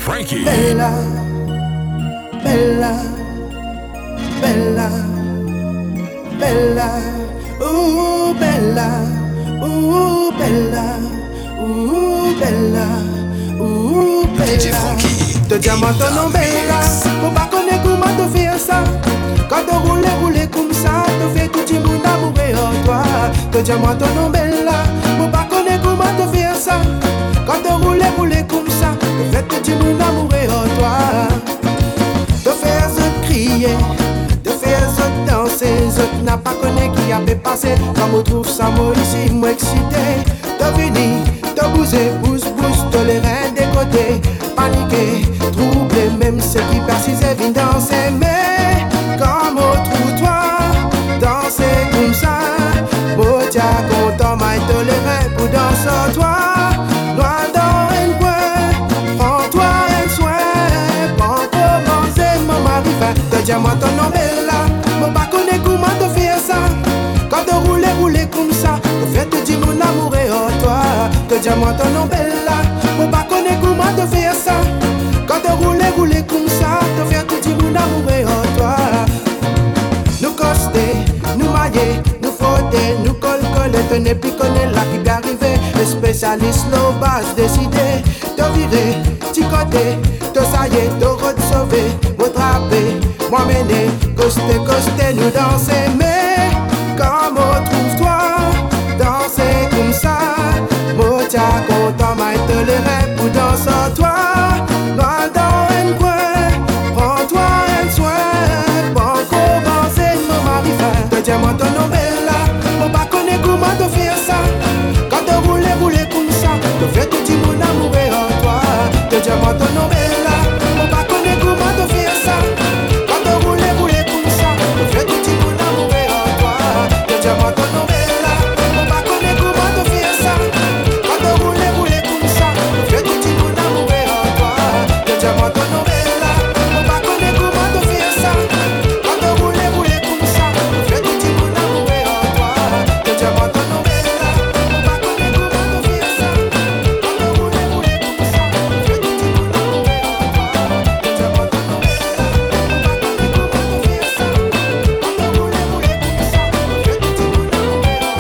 Frankie. Bella, bella, bella, bella, ooh bella, ooh bella, ooh bella, ooh bella. Te diamant ton nom bella, faut pas connaître comment te faire ça. Quand tu roules comme ça, tu fais tout le monde amoureux en toi. Te diamant ton nom bella, faut pas connaître comment te faire ça. Quand tu roules comme ça, tu fais tout le monde amoureux en toi. Te faire se crier, te faire se danser, je n'a pas connu qui a fait passer. Quand on trouve ça, moi ici, moi excité. Te venir, te bouger, bouge, te les reins des côtés. Paniquer, troubler, même ceux qui persistent viennent danser. Mais comme on trouve toi, danser comme ça. Beau dia content, maille te les reins pour danser toi. Noir dans un coin, prends-toi un soin. Pour commencer, mon mari fait te dire moi ton nom est là. Mon pas connaît comment te faire ça. Quand tu roules comme ça, tu fais tout dire mon amour est en toi. Te dire moi ton nom est là. Mon pas connaît comment te faire ça. Quand tu roules comme ça, tu fais tout dire mon amour est en toi. Nous coster, nous mailler, nous frotter, nous coller, te n'es plus connaître là qui peut arriver. Les spécialistes, nos bases décidées, te virer, t'y côté, te sailler, te retrouver, me trapper, moi mener, coster, nous danser. Mais comme on trouve toi, danser comme ça, moi t'as content, maille te les rêves pour danser toi. Noir dans un coin, prends-toi un soin, pour commencer, mon mari fait, te dire moi ton nom est là, mon pas connaît comment te faire ça. Quand tu roules comme ça, te fais tout dit mon amour est en toi. Te dire moi ton nom est là, mon pas connaît comment te faire ça. Quand tu roules comme ça, te fais tout dit mon amour est en toi. Te dire moi ton nom est là, mon pas connaît comment te faire ça. Quand tu roules comme ça, te fais tout dit mon amour est en toi. Te dire moi ton nom est là, mon pas connaît comment te faire ça. Quand tu roules comme ça, te fais tout dit mon amour est en toi. Te dire moi ton nom est là, mon pas connaît comment te faire ça. Quand tu roules comme ça, te fais tout dit mon amour est en toi. Te dire moi ton nom est là, mon pas connaît comment te faire ça. Quand tu roules comme ça, te fais tout dit mon amour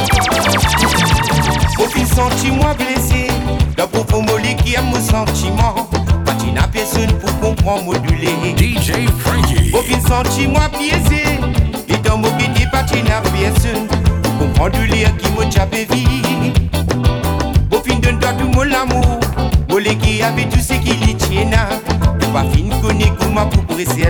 est en toi. Au fil senti-moi blessé, le profond mollet qui aime mon sentiment. Quand il n'a personne pour comprendre, moduler. DJ Frankie. Au fil senti-moi piégé, et dans mon guide, pas il n'a personne pour comprendre le lien qui m'a chapé vie. Au fin d'un doigt tout mon amour, mollet qui avait tout ce qui lui tient. Pas fin connaît comment pour préserver.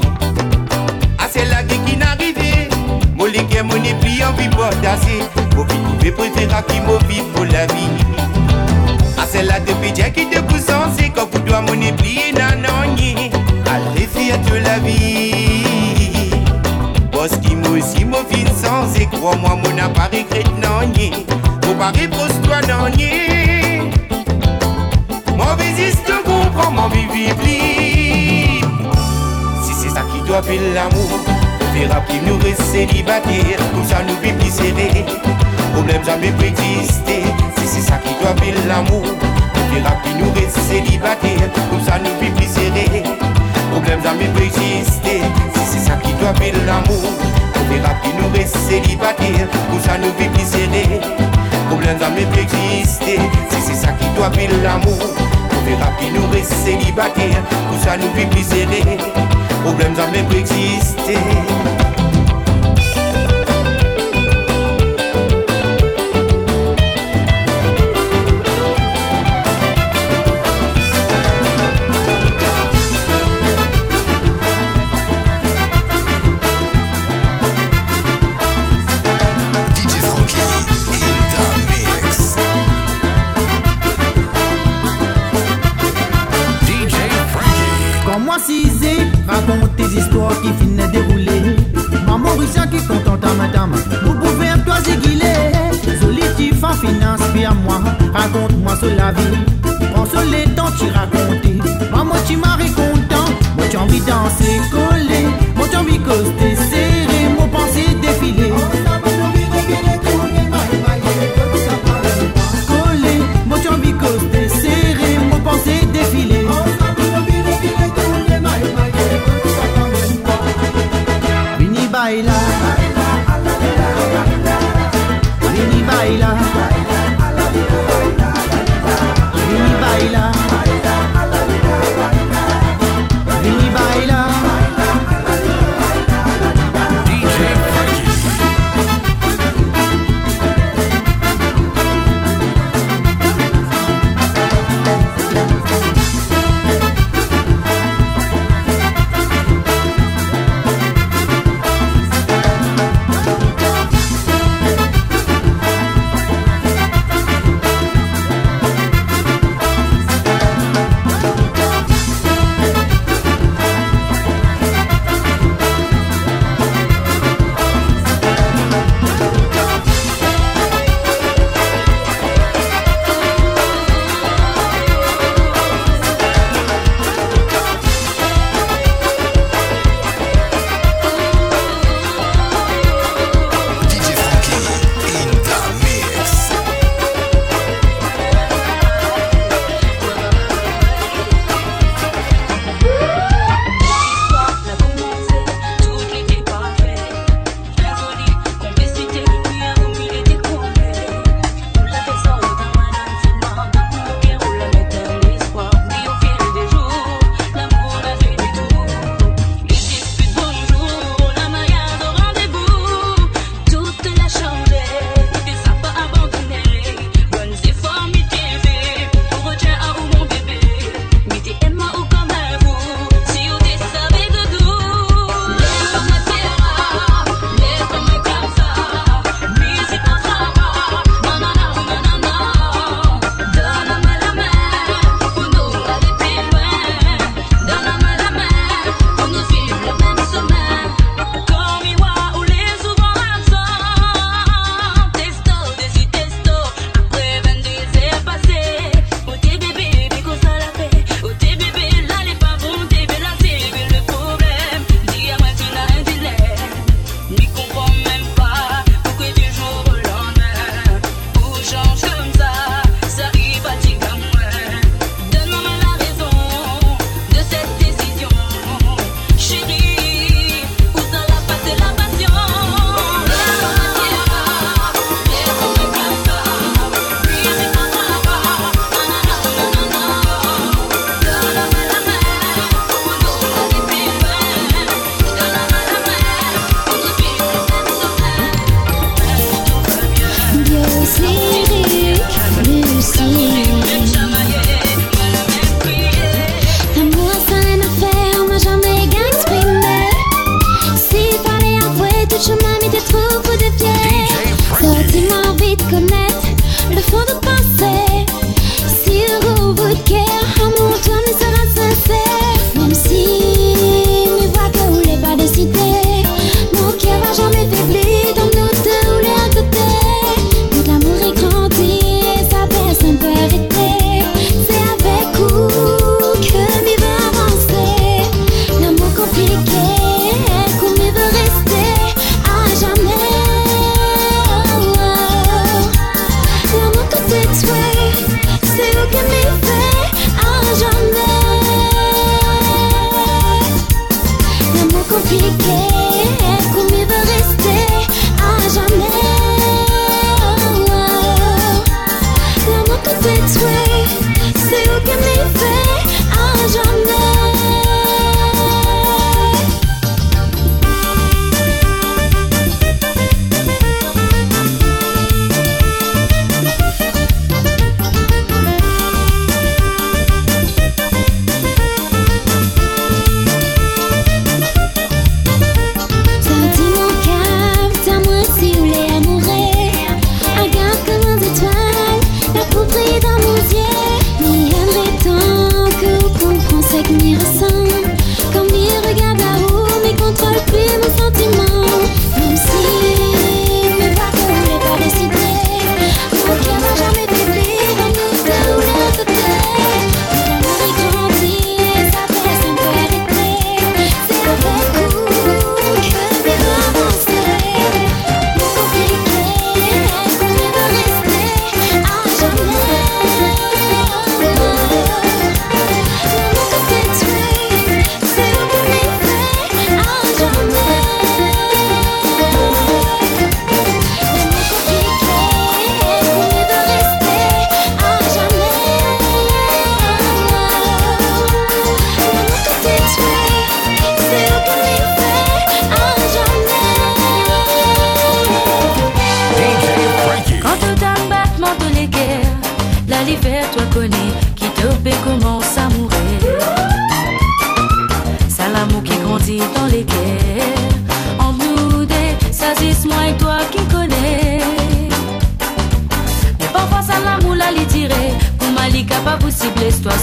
Ah, c'est la guerre qui n'arrivait. Mollet qui mon épris en vie pour danser. Au fin trouver préféré qui m'a vie pour la vie. Ah, c'est la de pédia qui te pousse en c'est quand vous dois mon épris nanani. À réfire de la vie. Parce qu'il m'a aussi m'a vie sans et crois-moi mon appareil crête nani. Faut pas repose-toi nani. Mauvais histoire comprends mon vie libre. Si c'est ça qui doit faire l'amour, on verra plus nous rester célibataires. Comme ça nous vivons plus serrés. Problème jamais peut exister. Si c'est ça qui doit faire l'amour, on verra plus nous rester célibataires. Comme ça nous vivons plus serrés. Problème jamais peut exister. Si c'est ça qui doit faire l'amour, on verra plus nous rester célibataires. Comme ça nous vivons plus serrés. Problème jamais peut exister. Si c'est ça qui doit faire l'amour, on verra plus nous rester célibataires. Comme ça nous vivons plus serrés. Problème jamais peut exister. Raconte tes histoires qui finissent dérouler. Maman Russia qui contente à madame. Vous pouvez un toi ziguiler. Solitif en finance, puis à moi. Raconte-moi sur la vie. Prends sur les temps tu racontes. Maman tu m'as content. Moi tu envie danser, coller. Moi tu envie coster, serrer. Mon pensée défiler. Coller. Moi tu envie coster, serrer. Mon pensée défiler.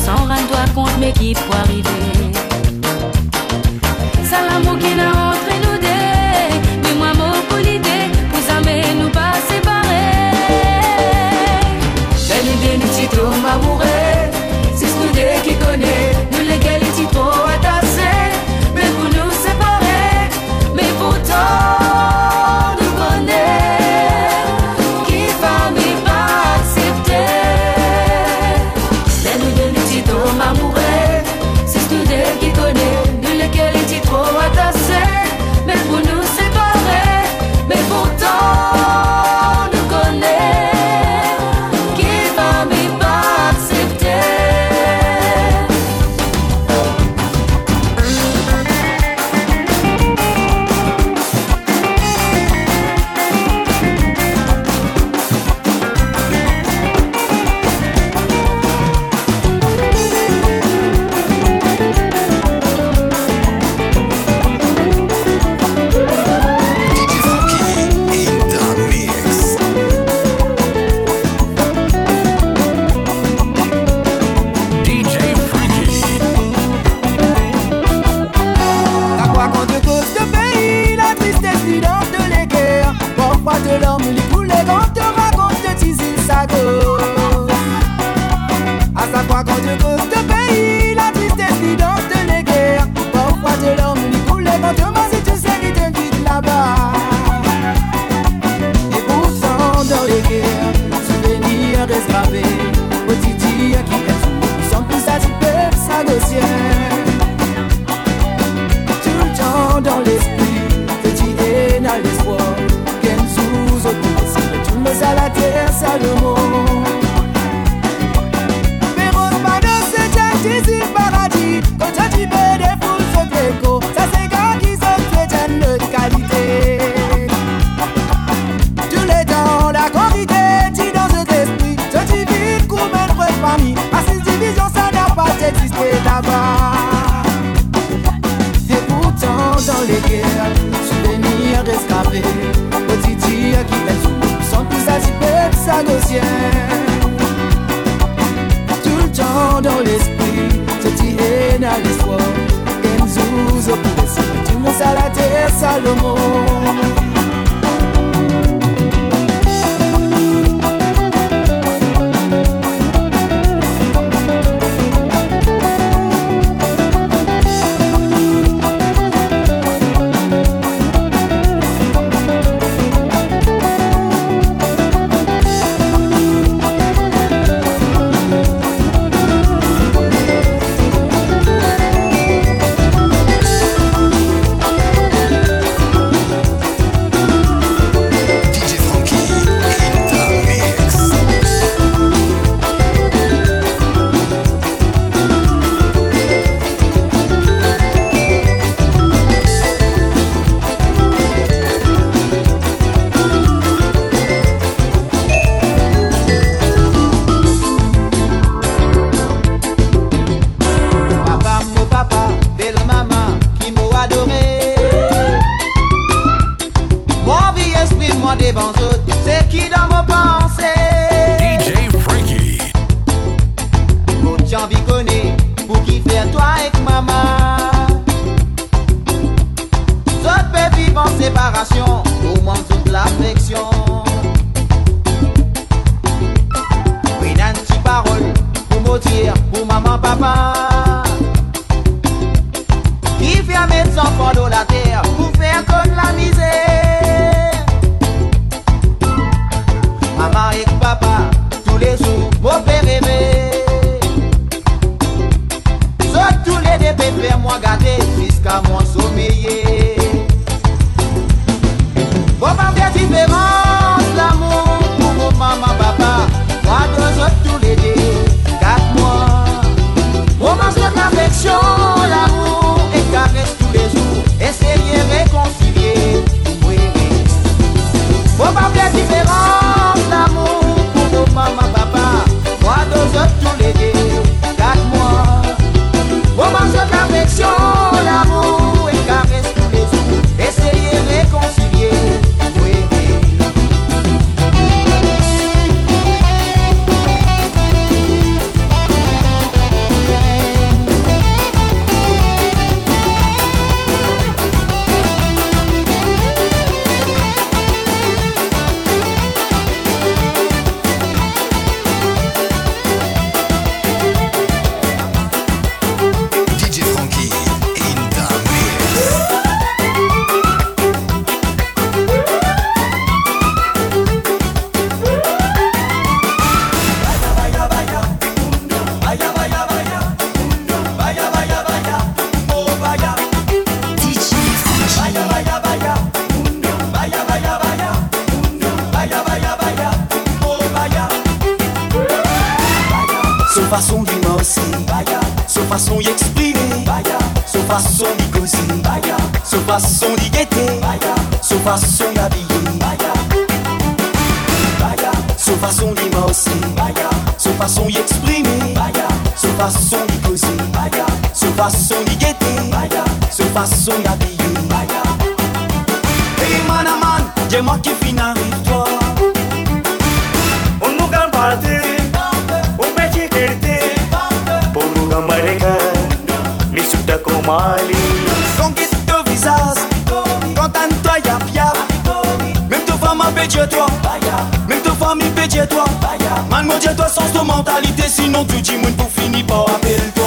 sans rendre compte mais qui peut arriver. C'est l'amour qui n'a entre nous deux, mais moi mon pour l'idée, pour jamais nous pas séparer. J'ai l'idée du titre m'amourer, c'est ce nous deux qui connaît, nous lesquels les titres attachés, mais pour nous séparer, mais pourtant nous connaît, qui va m'y pas accepter. J'ai l'idée du titre m'amourer, c'est ce nous deux qui connaît, nous lesquels les titres attachés, mais pour nous séparer, mais pourtant nous connaît, qui va m'y pas accepter. La croix contre cause de pays, la tristesse vivante de l'équerre. Parfois de l'homme, les coulées quand te raconte de tiser sa gauche. À sa croix contre cause de pays, la tristesse vivante de l'équerre. Parfois de l'homme, les coulées quand te masse, tu sais qui te quitte là-bas. Et pourtant dans les guerres, souvenirs restent gravés. Petit dire qui est tout, nous sommes plus satisfaits que sa dossière. Dans l'esprit, petit et dans l'espoir, qu'elle sous au possible, tu me à la terre, Salomon. Pero pas de cette ici paradis, quand tu fais des fous au gréco, ça c'est gars qui sont chrétiens de qualité. Tous les temps, la corrité, tu dans cet esprit, je t'y vis comme une vraie famille, à ces divisions, ça n'a pas existé là-bas. Dans les guerres, souvenirs restent gravés. Petit dire qui est tout, sont tous agités de sa dossière. Tout le temps dans l'esprit, petit et dans l'espoir. Enzo, au possible, tu me à la terre, Salomon. C'est qui dans vos pensées? DJ Frankie. Votre envie connaît pour qui faire toi avec maman. Votre peut vivre en séparation, au moins toute l'affection. Oui, une petite parole pour me dire, pour maman, papa. Qui fait mettre son enfants dans la terre pour faire comme la misère. Maman et papa, tous les jours, mon père rêver. Sauf tous les deux faire moi gâter jusqu'à moi sommeiller. Vos parents différents, façon d'immenser, sa façon d'exprimer, sa façon d'y causer, sa façon d'y guetter, sa façon d'habiller, sa façon d'immenser, sa façon d'exprimer, sa façon d'y causer, sa façon d'y guetter, sa façon d'habiller. Hey man a man, dis-moi qui finit avec toi. On nous gagne partir, on peut t'y quitter. Pour nous gagner les soudas comme Ali. Quand quitte ton visage, quand t'as toi yap. Même ta femme pédier toi, même ta famille pédier toi. Man moi dis toi sans ta mentalité, sinon tout le monde pour finir par appeler toi.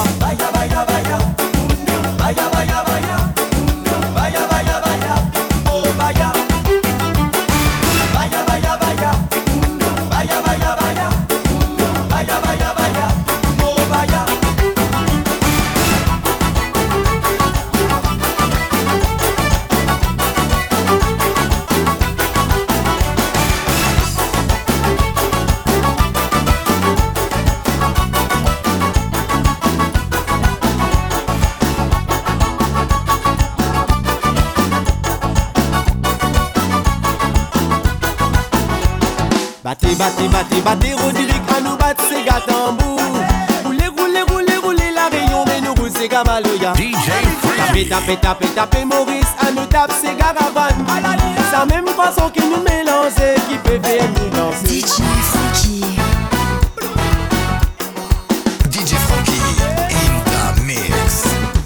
Battez, Roderick, à nous battre, c'est gars tambour. Roulez, la rayon, mais nous roule, c'est gars Maloya. DJ Taper, Maurice, à nous tape, c'est gars Ravane. C'est la même façon qui nous mélange, qui peut faire nous danser. DJ Frankie, in the mix.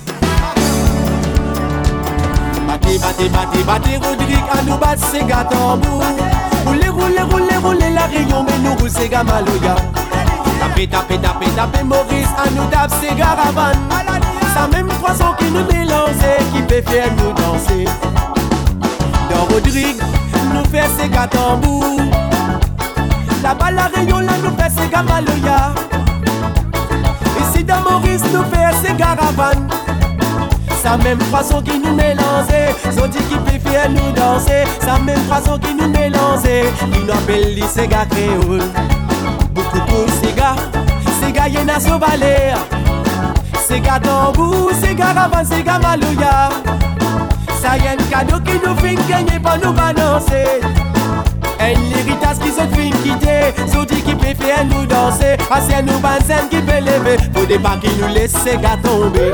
Battez, Roderick, à nous battre, c'est gars tambour. Roulez, la rayon, mais nous roule, c'est gars Maloya. Taper, Maurice, à nous tape, c'est gars Ravane. C'est la même poisson qui nous mélange, qui peut faire nous danser. Dans Rodrigue, nous fait ces gars tambour. Là-bas, la rayon, là, nous fait ces gars Maloya. Ici, dans Maurice, nous fait ces gars Ravane. C'est la même façon qui nous mélange, Zodi qui peut faire nous danser. C'est la même façon qui nous mélange, qui nous appelle les ces gars créoles. Beaucoup pour ces gars y'en a sauvalé. Ces gars tambour, ces gars Ravane, ces gars Maloya. Ça y est un cadeau qui nous fait gagner pour nous balancer. Un héritage qui se fait quitter, Zodi qui peut faire nous danser. C'est nous banzen qui peut lever, pour des pas qui nous laisse ces gars tomber.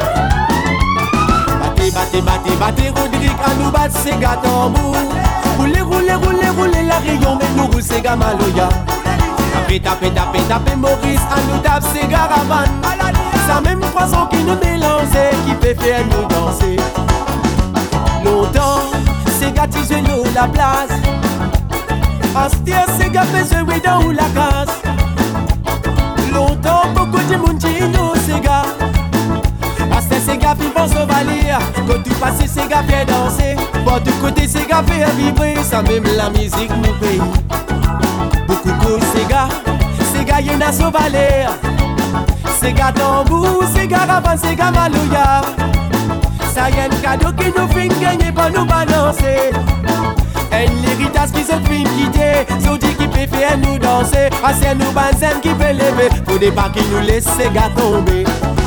Battez, Roderick, à nous battre, c'est gars tambour. Roulez, la rayon, mais nous roule, c'est gars Maloya. Taper, Maurice, à nous tape, c'est gars Ravane. C'est la même poisson qui nous mélange, qui peut faire nous danser. Longtemps, c'est gars tisé l'eau la place. Astia, c'est gars fait jouer dans la case. Longtemps, beaucoup de monde dit nous, c'est gars. Ces gars qui pensent au valir, quand tu passes ces gars fait danser. Bon du côté ces gars fait vibrer, ça même la musique nous paye. Beaucoup cool ces gars y'en a au valir. Ces gars tambour, ces gars Ravane, ces gars Maloya. Ça y est un cadeau qui nous fait gagner pour nous balancer. Un héritage qui se fait quitter, Zodi qui peut faire nous danser. C'est nous banzen qui peut lever, pour des pas qui nous laisse ces gars tomber.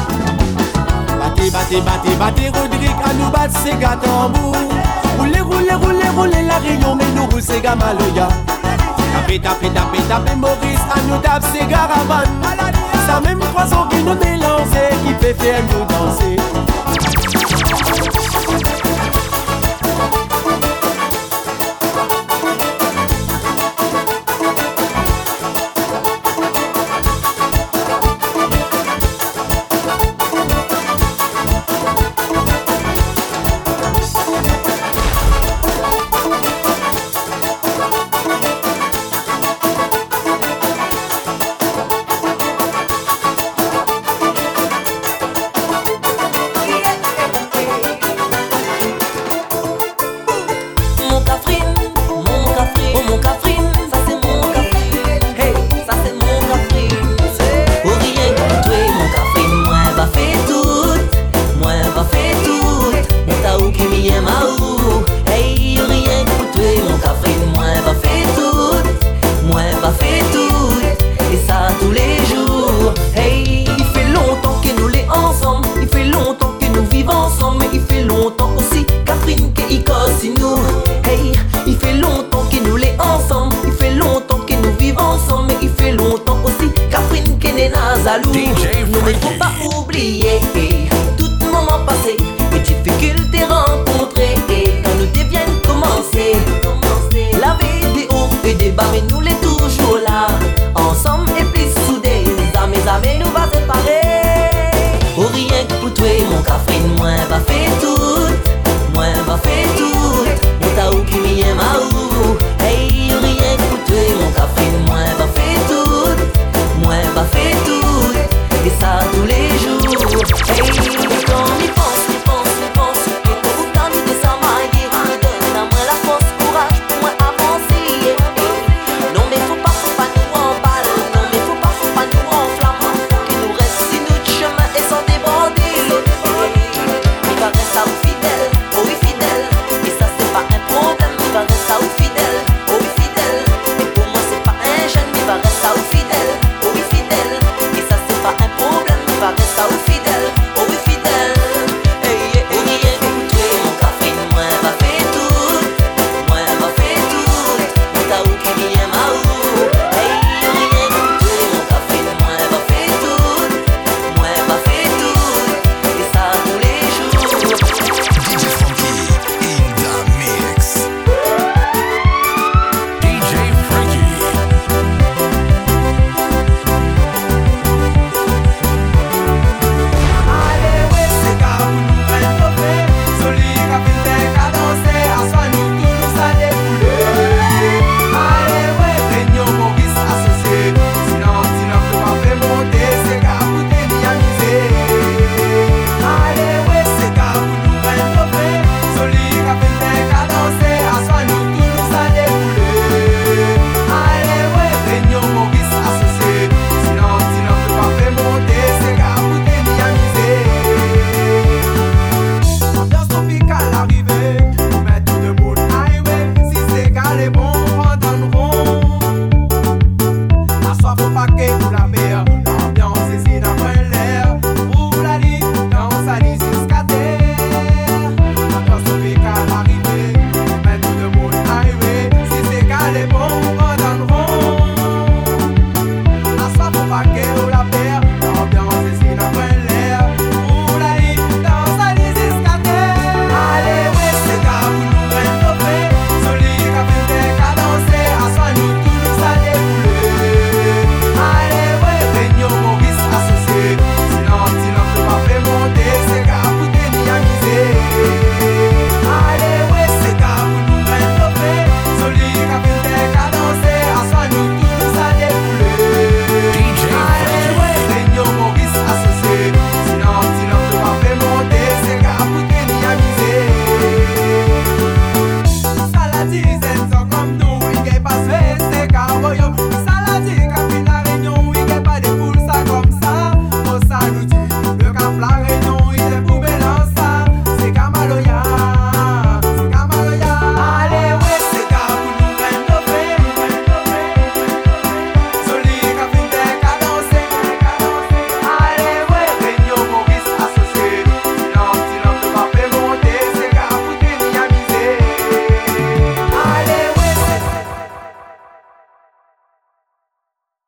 Battez, Roderick, à nous battre, c'est gars tambour. Roulez, la rayon, mais nous roule, c'est gars Maloya. Taper, Maurice, à nous tape, c'est gars Ravane. C'est la même poisson qui nous mélange, qui peut faire nous danser. salou. DJ Nous ne faut pas